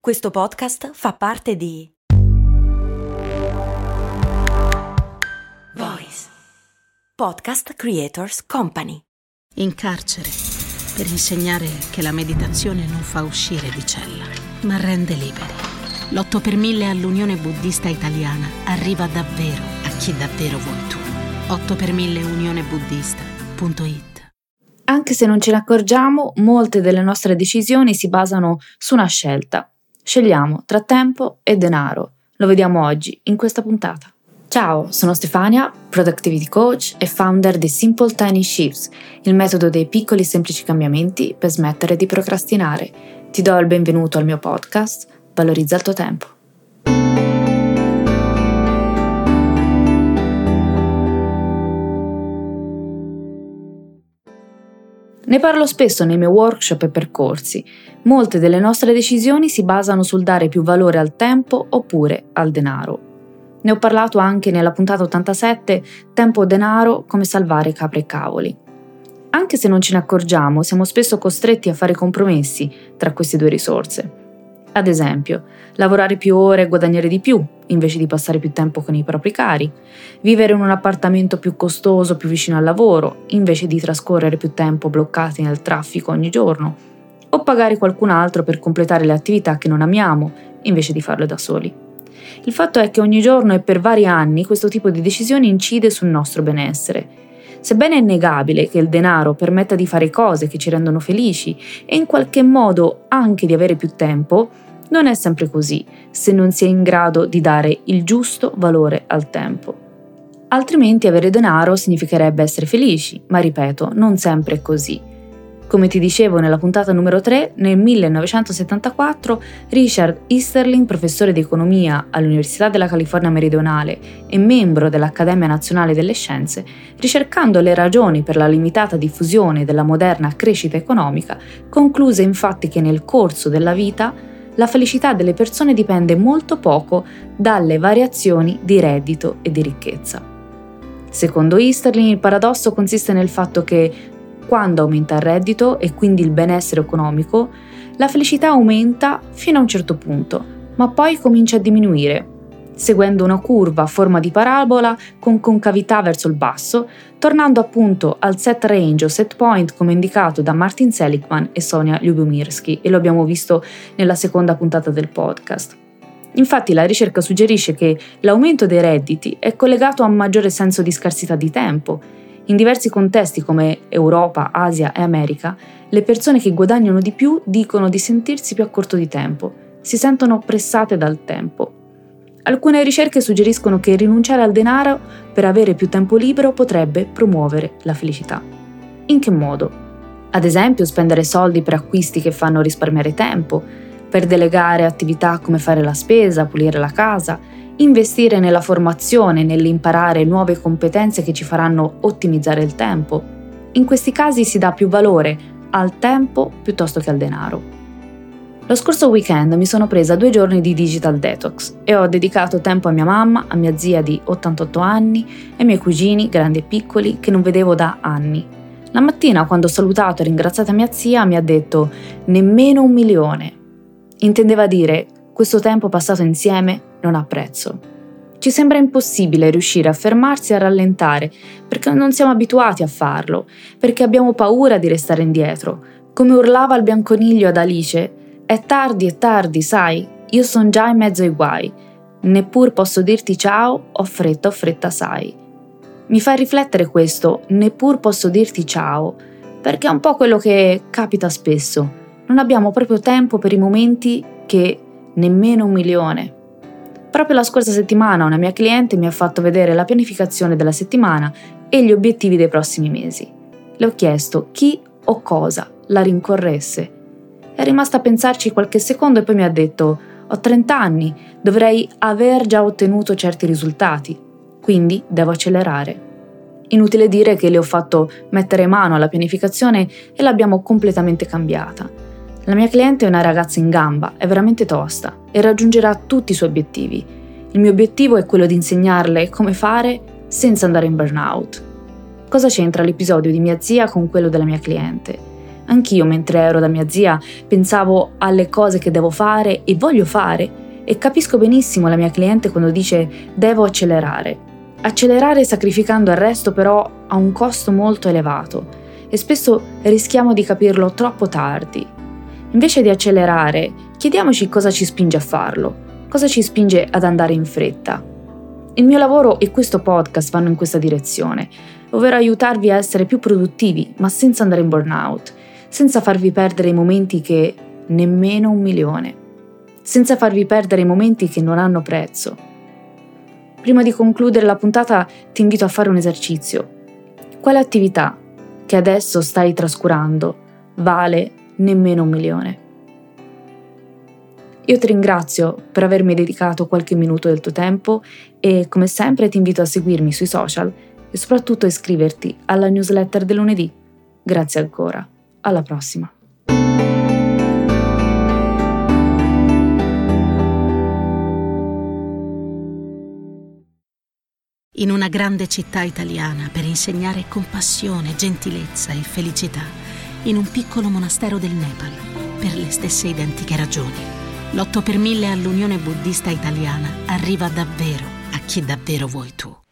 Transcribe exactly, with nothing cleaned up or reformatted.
Questo podcast fa parte di Voice Podcast Creators Company. In carcere per insegnare che la meditazione non fa uscire di cella, ma rende liberi. L'otto per mille all'Unione Buddista Italiana arriva davvero a chi davvero vuoi tu. otto per mille unione buddista punto it. Anche se non ce ne accorgiamo, molte delle nostre decisioni si basano su una scelta. Scegliamo tra tempo e denaro. Lo vediamo oggi, in questa puntata. Ciao, sono Stefania, Productivity Coach e founder di Simple Tiny Shifts, il metodo dei piccoli semplici cambiamenti per smettere di procrastinare. Ti do il benvenuto al mio podcast, Valorizza il tuo tempo. Ne parlo spesso nei miei workshop e percorsi. Molte delle nostre decisioni si basano sul dare più valore al tempo oppure al denaro. Ne ho parlato anche nella puntata ottantasette, Tempo o denaro, come salvare capre e cavoli. Anche se non ce ne accorgiamo, siamo spesso costretti a fare compromessi tra queste due risorse. Ad esempio, lavorare più ore e guadagnare di più, invece di passare più tempo con i propri cari, vivere in un appartamento più costoso più vicino al lavoro, invece di trascorrere più tempo bloccati nel traffico ogni giorno, o pagare qualcun altro per completare le attività che non amiamo, invece di farle da soli. Il fatto è che ogni giorno e per vari anni questo tipo di decisioni incide sul nostro benessere. Sebbene è innegabile che il denaro permetta di fare cose che ci rendono felici e in qualche modo anche di avere più tempo, non è sempre così, se non si è in grado di dare il giusto valore al tempo. Altrimenti avere denaro significherebbe essere felici, ma ripeto, non sempre è così. Come ti dicevo nella puntata numero tre, nel millenovecentosettantaquattro Richard Easterling, professore di economia all'Università della California Meridionale e membro dell'Accademia Nazionale delle Scienze, ricercando le ragioni per la limitata diffusione della moderna crescita economica, concluse infatti che nel corso della vita la felicità delle persone dipende molto poco dalle variazioni di reddito e di ricchezza. Secondo Easterling, il paradosso consiste nel fatto che quando aumenta il reddito e quindi il benessere economico, la felicità aumenta fino a un certo punto, ma poi comincia a diminuire, seguendo una curva a forma di parabola con concavità verso il basso, tornando appunto al set range o set point come indicato da Martin Seligman e Sonia Lyubomirsky, e lo abbiamo visto nella seconda puntata del podcast. Infatti la ricerca suggerisce che l'aumento dei redditi è collegato a un maggiore senso di scarsità di tempo. In diversi contesti come Europa, Asia e America, le persone che guadagnano di più dicono di sentirsi più a corto di tempo, si sentono pressate dal tempo. Alcune ricerche suggeriscono che rinunciare al denaro per avere più tempo libero potrebbe promuovere la felicità. In che modo? Ad esempio, spendere soldi per acquisti che fanno risparmiare tempo, per delegare attività come fare la spesa, pulire la casa, investire nella formazione, nell'imparare nuove competenze che ci faranno ottimizzare il tempo. In questi casi si dà più valore al tempo piuttosto che al denaro. Lo scorso weekend mi sono presa due giorni di digital detox e ho dedicato tempo a mia mamma, a mia zia di ottantotto anni e ai miei cugini, grandi e piccoli, che non vedevo da anni. La mattina, quando ho salutato e ringraziato mia zia, mi ha detto «nemmeno un milione». Intendeva dire «questo tempo passato insieme non ha prezzo». Ci sembra impossibile riuscire a fermarsi e a rallentare perché non siamo abituati a farlo, perché abbiamo paura di restare indietro. Come urlava il bianconiglio ad Alice: «È tardi, è tardi, sai, io son già in mezzo ai guai. Neppur posso dirti ciao, ho fretta, ho fretta, sai». Mi fa riflettere questo, neppur posso dirti ciao, perché è un po' quello che capita spesso. Non abbiamo proprio tempo per i momenti che nemmeno un milione. Proprio la scorsa settimana una mia cliente mi ha fatto vedere la pianificazione della settimana e gli obiettivi dei prossimi mesi. Le ho chiesto chi o cosa la rincorresse. È rimasta a pensarci qualche secondo e poi mi ha detto «Ho trenta anni, dovrei aver già ottenuto certi risultati, quindi devo accelerare». Inutile dire che le ho fatto mettere mano alla pianificazione e l'abbiamo completamente cambiata. La mia cliente è una ragazza in gamba, è veramente tosta e raggiungerà tutti i suoi obiettivi. Il mio obiettivo è quello di insegnarle come fare senza andare in burnout. Cosa c'entra l'episodio di mia zia con quello della mia cliente? Anch'io, mentre ero da mia zia, pensavo alle cose che devo fare e voglio fare, e capisco benissimo la mia cliente quando dice devo accelerare. Accelerare sacrificando il resto però ha un costo molto elevato e spesso rischiamo di capirlo troppo tardi. Invece di accelerare, chiediamoci cosa ci spinge a farlo, cosa ci spinge ad andare in fretta. Il mio lavoro e questo podcast vanno in questa direzione, ovvero aiutarvi a essere più produttivi, ma senza andare in burnout, senza farvi perdere i momenti che nemmeno un milione, senza farvi perdere i momenti che non hanno prezzo. Prima di concludere la puntata ti invito a fare un esercizio. Quale attività che adesso stai trascurando vale nemmeno un milione? Io ti ringrazio per avermi dedicato qualche minuto del tuo tempo e come sempre ti invito a seguirmi sui social e soprattutto a iscriverti alla newsletter del lunedì. Grazie ancora. Alla prossima. In una grande città italiana per insegnare compassione, gentilezza e felicità, in un piccolo monastero del Nepal, per le stesse identiche ragioni, l'otto per mille all'Unione Buddista Italiana arriva davvero a chi davvero vuoi tu.